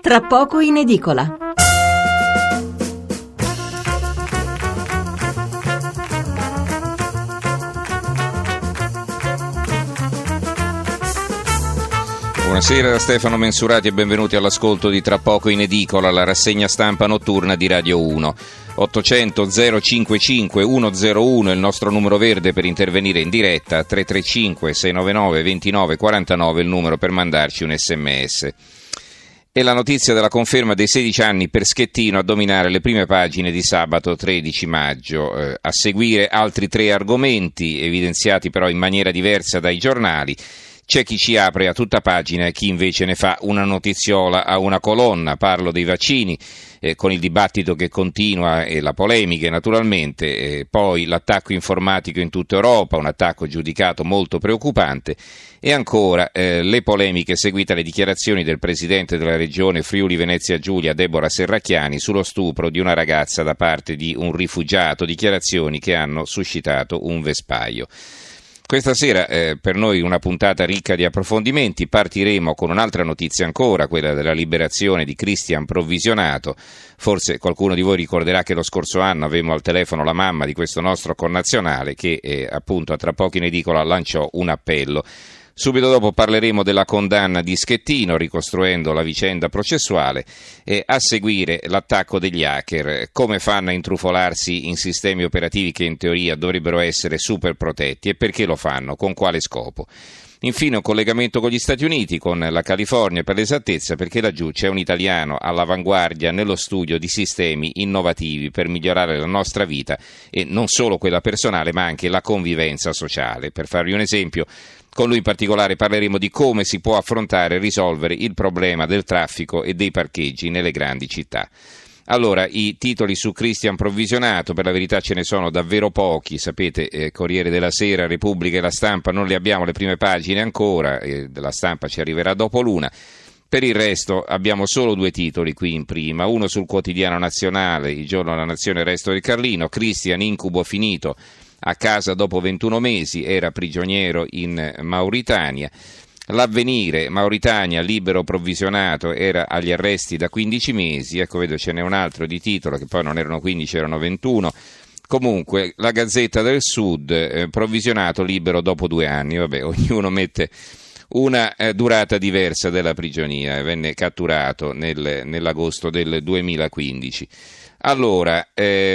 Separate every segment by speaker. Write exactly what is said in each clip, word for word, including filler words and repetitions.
Speaker 1: tra poco in edicola.
Speaker 2: Buonasera da Stefano Mensurati e benvenuti all'ascolto di Tra poco in edicola, la rassegna stampa notturna di Radio uno. ottocento zero cinquantacinque centouno è il nostro numero verde per intervenire in diretta, tre tre cinque sei nove nove due nove quattro nove è il numero per mandarci un sms. E la notizia della conferma dei sedici anni per Schettino a dominare le prime pagine di sabato tredici maggio. Eh, a seguire altri tre argomenti, evidenziati però in maniera diversa dai giornali. C'è chi ci apre a tutta pagina e chi invece ne fa una notiziola a una colonna. Parlo dei vaccini, eh, con il dibattito che continua e la polemica naturalmente, eh, poi l'attacco informatico in tutta Europa, un attacco giudicato molto preoccupante, e ancora eh, le polemiche seguite alle dichiarazioni del presidente della regione Friuli Venezia Giulia, Deborah Serracchiani, sullo stupro di una ragazza da parte di un rifugiato, dichiarazioni che hanno suscitato un vespaio. Questa sera eh, per noi una puntata ricca di approfondimenti. Partiremo con un'altra notizia ancora, quella della liberazione di Christian Provvisionato. Forse qualcuno di voi ricorderà che lo scorso anno avevamo al telefono la mamma di questo nostro connazionale che eh, appunto a Tra poco in edicola lanciò un appello. Subito dopo parleremo della condanna di Schettino, ricostruendo la vicenda processuale, e a seguire l'attacco degli hacker, come fanno a intrufolarsi in sistemi operativi che in teoria dovrebbero essere super protetti e perché lo fanno, con quale scopo. Infine un collegamento con gli Stati Uniti, con la California per l'esattezza, perché laggiù c'è un italiano all'avanguardia nello studio di sistemi innovativi per migliorare la nostra vita e non solo quella personale ma anche la convivenza sociale. Per farvi un esempio, con lui in particolare parleremo di come si può affrontare e risolvere il problema del traffico e dei parcheggi nelle grandi città. Allora, i titoli su Christian Provvisionato, per la verità ce ne sono davvero pochi, sapete, eh, Corriere della Sera, Repubblica e La Stampa non le abbiamo le prime pagine ancora, eh, la Stampa ci arriverà dopo l'una. Per il resto abbiamo solo due titoli qui in prima, uno sul quotidiano nazionale, Il Giorno della Nazione, il Resto del Carlino, Christian incubo finito, a casa dopo ventuno mesi, era prigioniero in Mauritania. L'Avvenire, Mauritania, libero provvisionato, era agli arresti da quindici mesi, ecco vedo ce n'è un altro di titolo, che poi non erano quindici, erano ventuno. Comunque, la Gazzetta del Sud, eh, provvisionato libero dopo due anni, vabbè, ognuno mette una eh, durata diversa della prigionia, venne catturato nel, nell'agosto del duemilaquindici. Allora,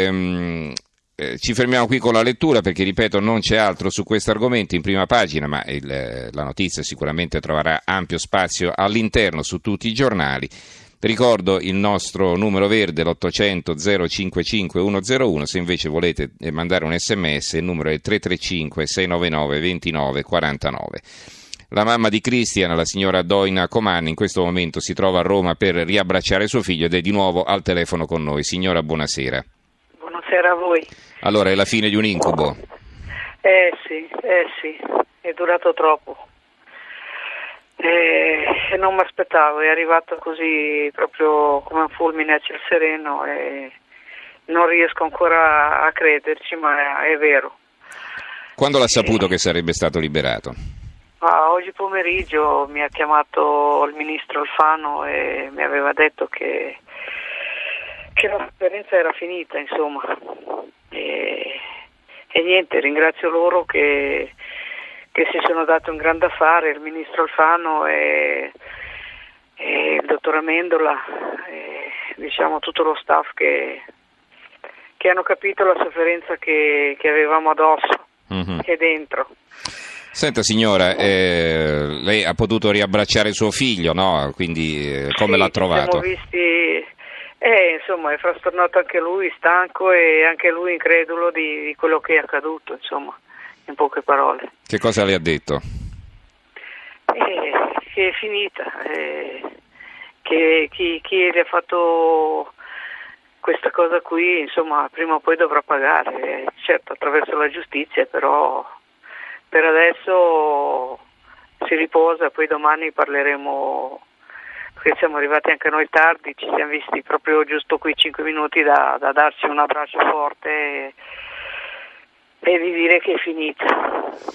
Speaker 2: ehm, Eh, ci fermiamo qui con la lettura perché, ripeto, non c'è altro su questo argomento in prima pagina, ma il, la notizia sicuramente troverà ampio spazio all'interno su tutti i giornali. Ricordo il nostro numero verde, l'ottocento zero cinquantacinque centouno, se invece volete mandare un sms il numero è tre tre cinque sei nove nove due nove quattro nove. La mamma di Christian, la signora Doina Comani, in questo momento si trova a Roma per riabbracciare suo figlio ed è di nuovo al telefono con noi. Signora, buonasera.
Speaker 3: Buonasera a voi.
Speaker 2: Allora, è la fine di un incubo?
Speaker 3: Eh sì, eh sì, è durato troppo. E eh, non mi aspettavo, è arrivato così proprio come un fulmine a ciel sereno e non riesco ancora a crederci, ma è, è vero.
Speaker 2: Quando l'ha saputo eh, che sarebbe stato liberato?
Speaker 3: Ah, oggi pomeriggio mi ha chiamato il ministro Alfano e mi aveva detto che che la conferenza era finita, insomma, e, e niente, ringrazio loro che, che si sono dati un grande affare, il ministro Alfano e, e il dottor Amendola, e, diciamo tutto lo staff che, che hanno capito la sofferenza che, che avevamo addosso mm-hmm. e dentro.
Speaker 2: Senta signora, eh, lei ha potuto riabbracciare suo figlio, no? Quindi eh, come
Speaker 3: sì,
Speaker 2: l'ha trovato?
Speaker 3: Ci siamo visti. Eh, insomma, è frastornato anche lui, stanco e anche lui incredulo di, di quello che è accaduto, insomma, in poche parole.
Speaker 2: Che cosa le ha detto?
Speaker 3: Eh, che è finita, eh, che chi, chi le ha fatto questa cosa qui, insomma, prima o poi dovrà pagare, eh, certo attraverso la giustizia, però per adesso si riposa, poi domani parleremo. Perché siamo arrivati anche noi tardi, ci siamo visti proprio giusto qui cinque minuti da, da darci un abbraccio forte e, e di dire che è finita.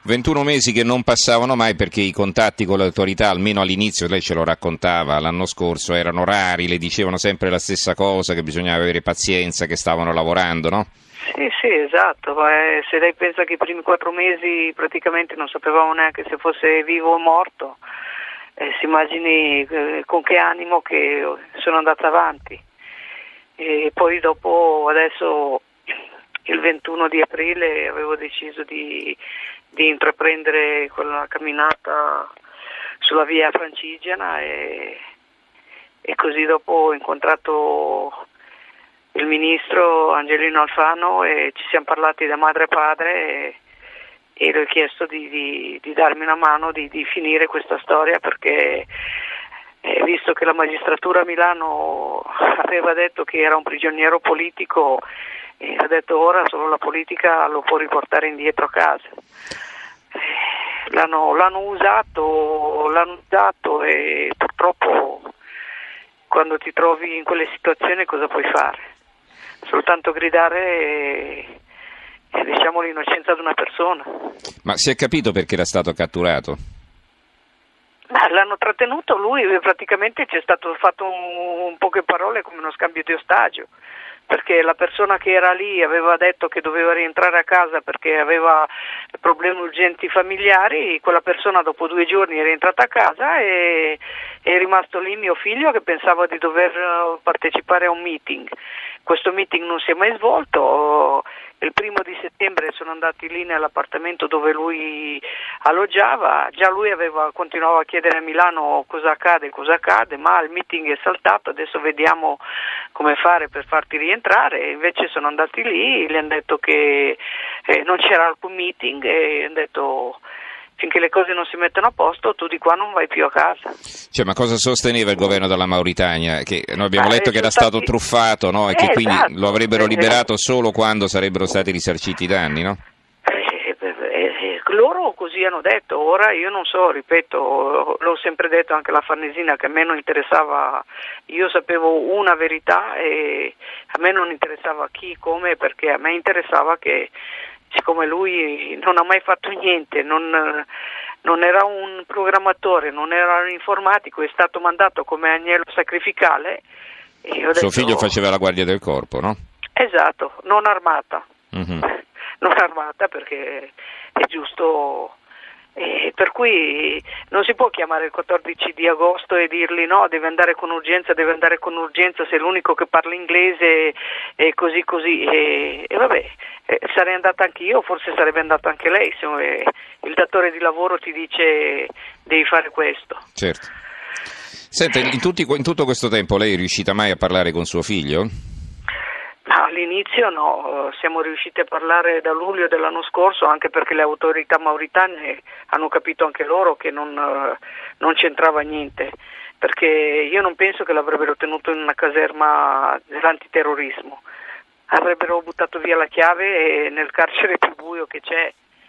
Speaker 2: ventuno mesi che non passavano mai perché i contatti con le autorità, almeno all'inizio, lei ce lo raccontava l'anno scorso, erano rari, le dicevano sempre la stessa cosa, che bisognava avere pazienza, che stavano lavorando, no?
Speaker 3: Sì, sì, esatto, ma se lei pensa che i primi quattro mesi praticamente non sapevamo neanche se fosse vivo o morto, eh, si immagini eh, con che animo che sono andata avanti. E poi dopo, adesso il ventuno di aprile avevo deciso di, di intraprendere quella camminata sulla via Francigena e, e così dopo ho incontrato il ministro Angelino Alfano e ci siamo parlati da madre e padre e, e le ho chiesto di, di, di darmi una mano, di, di finire questa storia, perché eh, visto che la magistratura a Milano aveva detto che era un prigioniero politico, eh, ha detto ora solo la politica lo può riportare indietro a casa. Eh, l'hanno, l'hanno usato, l'hanno usato e purtroppo quando ti trovi in quelle situazioni cosa puoi fare? Soltanto gridare e, e diciamo l'innocenza di una persona.
Speaker 2: Ma si è capito perché era stato catturato?
Speaker 3: Ma l'hanno trattenuto lui, praticamente c'è stato fatto un, un poche parole come uno scambio di ostaggio, perché la persona che era lì aveva detto che doveva rientrare a casa perché aveva problemi urgenti familiari, quella persona dopo due giorni è rientrata a casa e è rimasto lì mio figlio che pensava di dover partecipare a un meeting. Questo meeting non si è mai svolto, il primo di settembre sono andati lì nell'appartamento dove lui alloggiava, già lui aveva, continuava a chiedere a Milano cosa accade, cosa accade, ma il meeting è saltato, adesso vediamo come fare per farti rientrare, invece sono andati lì, gli hanno detto che eh, non c'era alcun meeting e hanno detto finché le cose non si mettono a posto tu di qua non vai più a casa.
Speaker 2: Cioè, ma cosa sosteneva il governo della Mauritania? Che noi abbiamo ma letto che era
Speaker 3: stati...
Speaker 2: stato truffato, no? E eh, che quindi
Speaker 3: esatto.
Speaker 2: lo avrebbero liberato solo quando sarebbero stati risarciti i danni, no?
Speaker 3: Eh, eh, eh, loro così hanno detto, ora io non so, ripeto, l'ho sempre detto anche alla Farnesina che a me non interessava, io sapevo una verità e a me non interessava chi, come, perché a me interessava che siccome lui non ha mai fatto niente, non, non era un programmatore, non era un informatico, è stato mandato come agnello sacrificale. E io ho
Speaker 2: Suo
Speaker 3: detto,
Speaker 2: figlio faceva la guardia del corpo, no?
Speaker 3: Esatto, non armata,
Speaker 2: mm-hmm.
Speaker 3: non armata perché è giusto. E per cui non si può chiamare il quattordici di agosto e dirgli no, deve andare con urgenza, deve andare con urgenza, sei l'unico che parla inglese e così così e, e vabbè, eh, sarei andata anche io, forse sarebbe andata anche lei, se eh, il datore di lavoro ti dice devi fare questo.
Speaker 2: Certo. Senta, in, tutti, in tutto questo tempo lei è riuscita mai a parlare con suo figlio?
Speaker 3: All'inizio no, siamo riusciti a parlare da luglio dell'anno scorso anche perché le autorità mauritane hanno capito anche loro che non, non c'entrava niente, perché io non penso che l'avrebbero tenuto in una caserma dell'antiterrorismo, avrebbero buttato via la chiave nel carcere più buio che c'è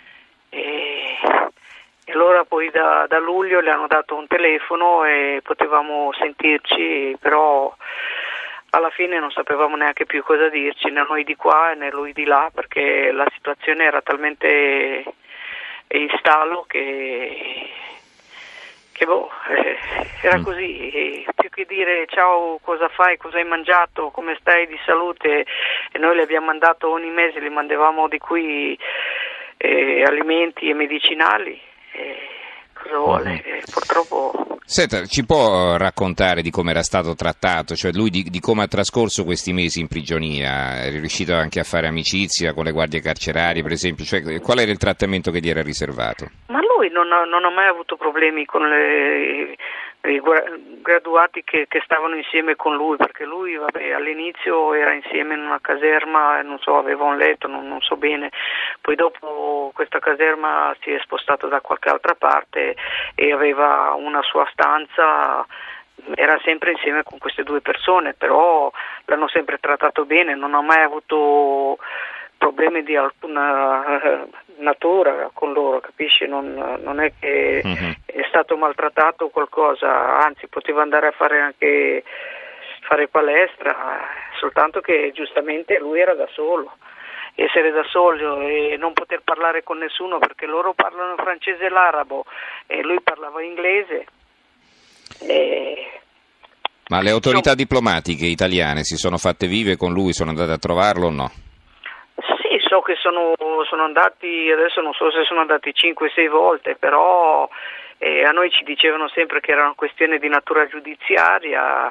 Speaker 3: e, e allora poi da, da luglio le hanno dato un telefono e potevamo sentirci, però alla fine non sapevamo neanche più cosa dirci, né noi di qua né lui di là, perché la situazione era talmente in stallo che, che boh, eh, era così, e più che dire ciao cosa fai, cosa hai mangiato, come stai di salute, e noi le abbiamo mandato ogni mese, le mandavamo di qui eh, alimenti e medicinali, eh, cosa vuole, eh, purtroppo...
Speaker 2: Senta, ci può raccontare di come era stato trattato, cioè lui di, di come ha trascorso questi mesi in prigionia? È riuscito anche a fare amicizia con le guardie carcerarie, per esempio? Cioè, qual era il trattamento che gli era riservato?
Speaker 3: Ma lui non ha, non ha mai avuto problemi con le, i graduati che, che stavano insieme con lui, perché lui vabbè, all'inizio era insieme in una caserma, non so, aveva un letto, non, non so bene, poi dopo questa caserma si è spostata da qualche altra parte e aveva una sua stanza, era sempre insieme con queste due persone, però l'hanno sempre trattato bene, non ha mai avuto problemi di alcuna natura con loro, capisci? Non, non è che mm-hmm. è stato maltrattato o qualcosa, anzi poteva andare a fare anche fare palestra, soltanto che giustamente lui era da solo essere da solo e non poter parlare con nessuno perché loro parlano in francese e l'arabo e lui parlava inglese. E...
Speaker 2: Ma le autorità Insomma, diplomatiche italiane si sono fatte vive con lui, sono andate a trovarlo o no?
Speaker 3: Sì, so che sono, sono andati, adesso non so se sono andati cinque sei volte, però eh, a noi ci dicevano sempre che era una questione di natura giudiziaria.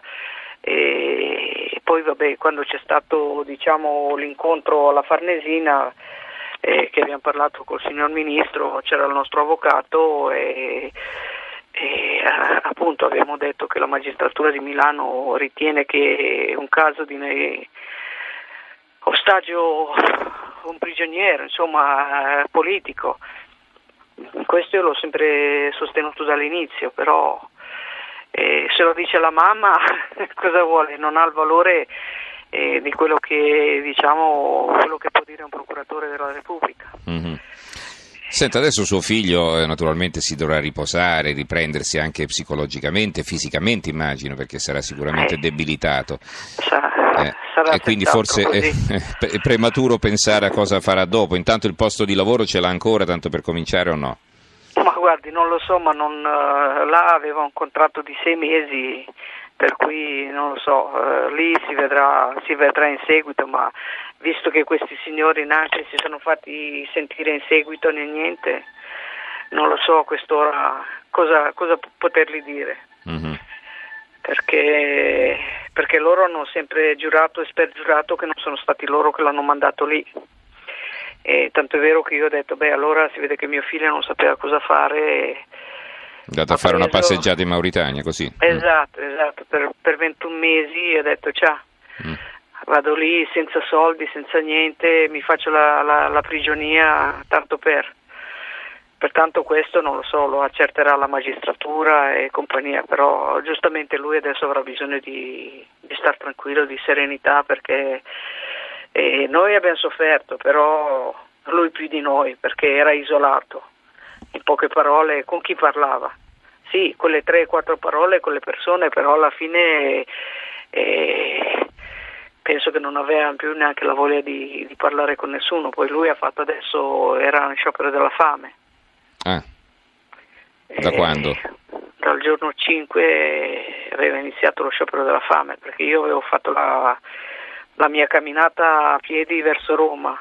Speaker 3: E poi vabbè, quando c'è stato diciamo l'incontro alla Farnesina eh, che abbiamo parlato col signor ministro, c'era il nostro avvocato e, e appunto abbiamo detto che la magistratura di Milano ritiene che è un caso di ne... ostaggio, un prigioniero, insomma eh, politico. Questo io l'ho sempre sostenuto dall'inizio, però Eh, se lo dice la mamma cosa vuole? Non ha il valore eh, di quello che diciamo quello che può dire un procuratore della Repubblica.
Speaker 2: Mm-hmm. Senta, adesso suo figlio eh, naturalmente si dovrà riposare, riprendersi anche psicologicamente, fisicamente immagino, perché sarà sicuramente eh, debilitato.
Speaker 3: Sa,
Speaker 2: eh, e quindi forse è, è prematuro pensare a cosa farà dopo. Intanto il posto di lavoro ce l'ha ancora, tanto per cominciare o no?
Speaker 3: Ma guardi, non lo so, ma non, uh, là aveva un contratto di sei mesi, per cui non lo so, uh, lì si vedrà, si vedrà in seguito, ma visto che questi signori neanche si sono fatti sentire in seguito né niente, non lo so a quest'ora cosa, cosa potergli dire, mm-hmm. perché, perché loro hanno sempre giurato e spergiurato che non sono stati loro che l'hanno mandato lì. E tanto è vero che io ho detto, beh, allora si vede che mio figlio non sapeva cosa fare. È
Speaker 2: andato a fare preso... una passeggiata in Mauritania, così.
Speaker 3: Esatto, mm. esatto, per, per ventuno mesi ho detto, ciao, mm. vado lì senza soldi, senza niente, mi faccio la, la, la prigionia, tanto per. Pertanto questo non lo so, lo accerterà la magistratura e compagnia, però giustamente lui adesso avrà bisogno di, di star tranquillo, di serenità, perché... E noi abbiamo sofferto, però lui più di noi, perché era isolato. In poche parole, con chi parlava? Sì, con le tre quattro parole con le persone, però alla fine eh, penso che non aveva più neanche la voglia di, di parlare con nessuno. Poi lui ha fatto adesso, era in sciopero della fame.
Speaker 2: Ah, da eh, quando?
Speaker 3: Dal giorno cinque aveva iniziato lo sciopero della fame, perché io avevo fatto la... la mia camminata a piedi verso Roma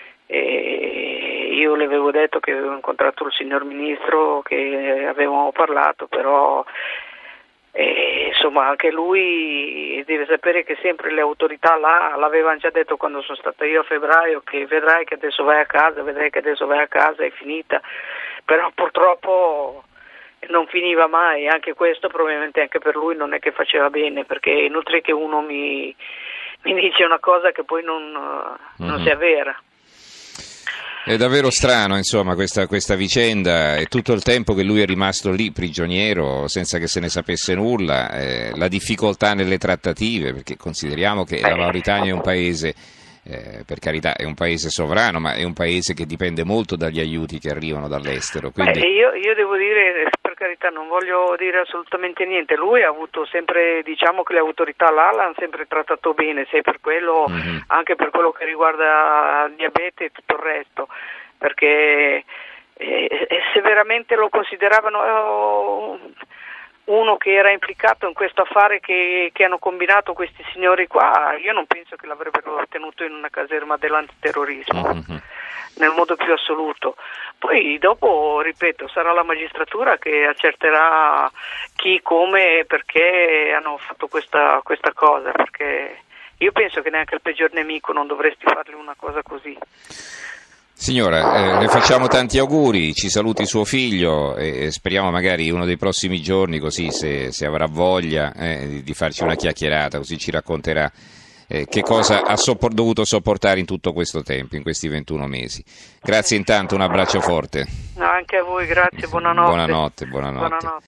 Speaker 3: e io le avevo detto che avevo incontrato il signor ministro, che avevamo parlato, però eh, insomma anche lui deve sapere che sempre le autorità là l'avevano già detto quando sono stata io a febbraio, che vedrai che adesso vai a casa, vedrai che adesso vai a casa, è finita, però purtroppo non finiva mai. Anche questo probabilmente anche per lui non è che faceva bene, perché è inutile che uno mi mi dice una cosa che poi non, non mm-hmm. si avvera.
Speaker 2: È davvero strano, insomma, questa, questa vicenda, e tutto il tempo che lui è rimasto lì prigioniero senza che se ne sapesse nulla, eh, la difficoltà nelle trattative, perché consideriamo che la Mauritania è un paese, eh, per carità, è un paese sovrano, ma è un paese che dipende molto dagli aiuti che arrivano dall'estero. Quindi... Beh,
Speaker 3: io, io devo dire, per carità, non voglio dire assolutamente niente, lui ha avuto sempre, diciamo che le autorità là l'hanno sempre trattato bene, se per quello, mm-hmm. anche per quello che riguarda il diabete e tutto il resto, perché eh, se veramente lo consideravano eh, uno che era implicato in questo affare che, che hanno combinato questi signori qua, io non penso che l'avrebbero tenuto in una caserma dell'antiterrorismo, mm-hmm. nel modo più assoluto. Poi dopo, ripeto, sarà la magistratura che accerterà chi, come e perché hanno fatto questa, questa cosa, perché io penso che neanche il peggior nemico non dovresti fargli una cosa così.
Speaker 2: Signora, eh, le facciamo tanti auguri, ci saluti suo figlio e speriamo magari uno dei prossimi giorni, così se, se avrà voglia eh, di farci una chiacchierata, così ci racconterà eh, che cosa ha soppor- dovuto sopportare in tutto questo tempo, in questi ventuno mesi. Grazie intanto, un abbraccio forte.
Speaker 3: No, anche a voi, grazie, buonanotte.
Speaker 2: Buonanotte, buonanotte.
Speaker 3: buonanotte.